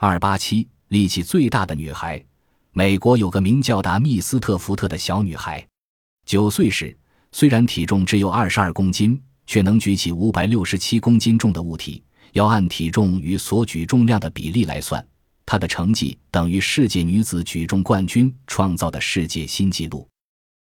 287力气最大的女孩。美国有个名叫达密斯特福特的小女孩，9岁时虽然体重只有22公斤，却能举起567公斤重的物体，要按体重与所举重量的比例来算，她的成绩等于世界女子举重冠军创造的世界新纪录。